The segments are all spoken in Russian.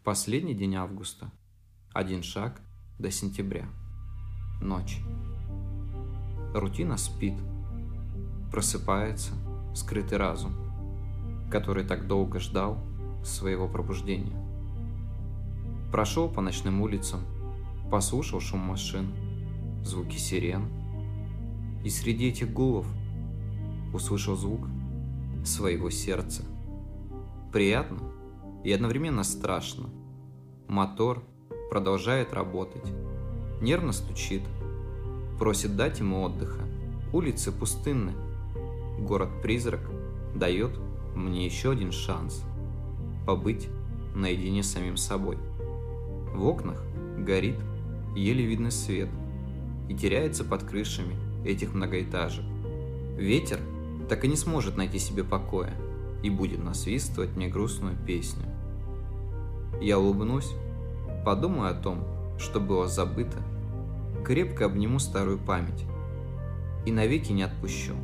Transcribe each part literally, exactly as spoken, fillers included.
Последний день августа. Один шаг до сентября. Ночь. Рутина спит. Просыпается скрытый разум, который так долго ждал своего пробуждения. Прошел по ночным улицам, послушал шум машин, звуки сирен. И среди этих гулов услышал звук своего сердца. Приятно и одновременно страшно. Мотор продолжает работать, нервно стучит, просит дать ему отдыха. Улицы пустынны. Город-призрак дает мне еще один шанс побыть наедине с самим собой. В окнах горит еле видный свет и теряется под крышами этих многоэтажек. Ветер так и не сможет найти себе покоя и будет насвистывать мне грустную песню. Я улыбнусь, подумаю о том, что было забыто, крепко обниму старую память и навеки не отпущу.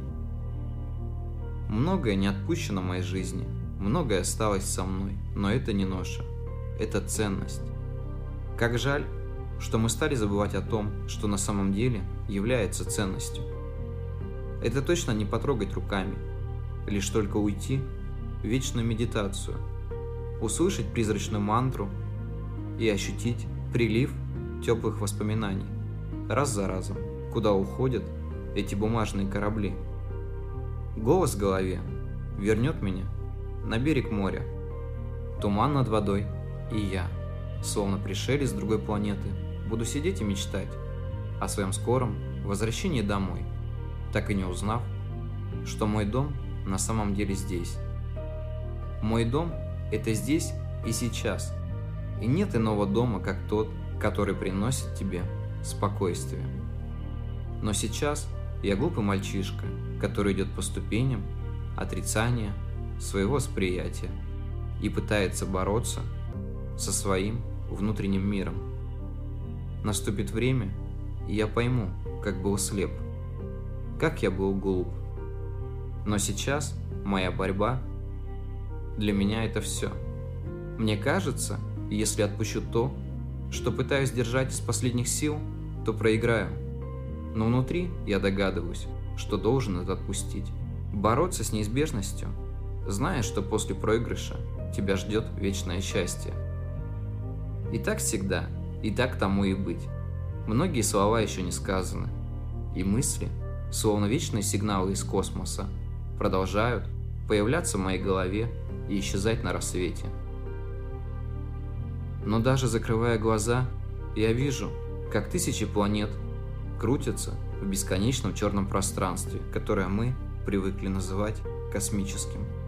Многое не отпущено в моей жизни, многое осталось со мной, но это не ноша, это ценность. Как жаль, что мы стали забывать о том, что на самом деле является ценностью. Это точно не потрогать руками, лишь только уйти в вечную медитацию, услышать призрачную мантру и ощутить прилив теплых воспоминаний, раз за разом, куда уходят эти бумажные корабли. Голос в голове вернет меня на берег моря, туман над водой, и я, словно пришелец с другой планеты, буду сидеть и мечтать о своем скором возвращении домой, так и не узнав, что мой дом на самом деле здесь. Мой дом – это здесь и сейчас, и нет иного дома, как тот, который приносит тебе спокойствие. Но сейчас я глупый мальчишка, который идет по ступеням отрицания своего восприятия и пытается бороться со своим внутренним миром. Наступит время, и я пойму, как был слеп, как я был глуп. Но сейчас моя борьба для меня это все. Мне кажется, если отпущу то, что пытаюсь держать из последних сил, то проиграю. Но внутри я догадываюсь, что должен это отпустить. Бороться с неизбежностью, зная, что после проигрыша тебя ждет вечное счастье. И так всегда, и так тому и быть. Многие слова еще не сказаны, и мысли, словно вечные сигналы из космоса, продолжают появляться в моей голове и исчезать на рассвете. Но даже закрывая глаза, я вижу, как тысячи планет крутятся в бесконечном черном пространстве, которое мы привыкли называть космическим.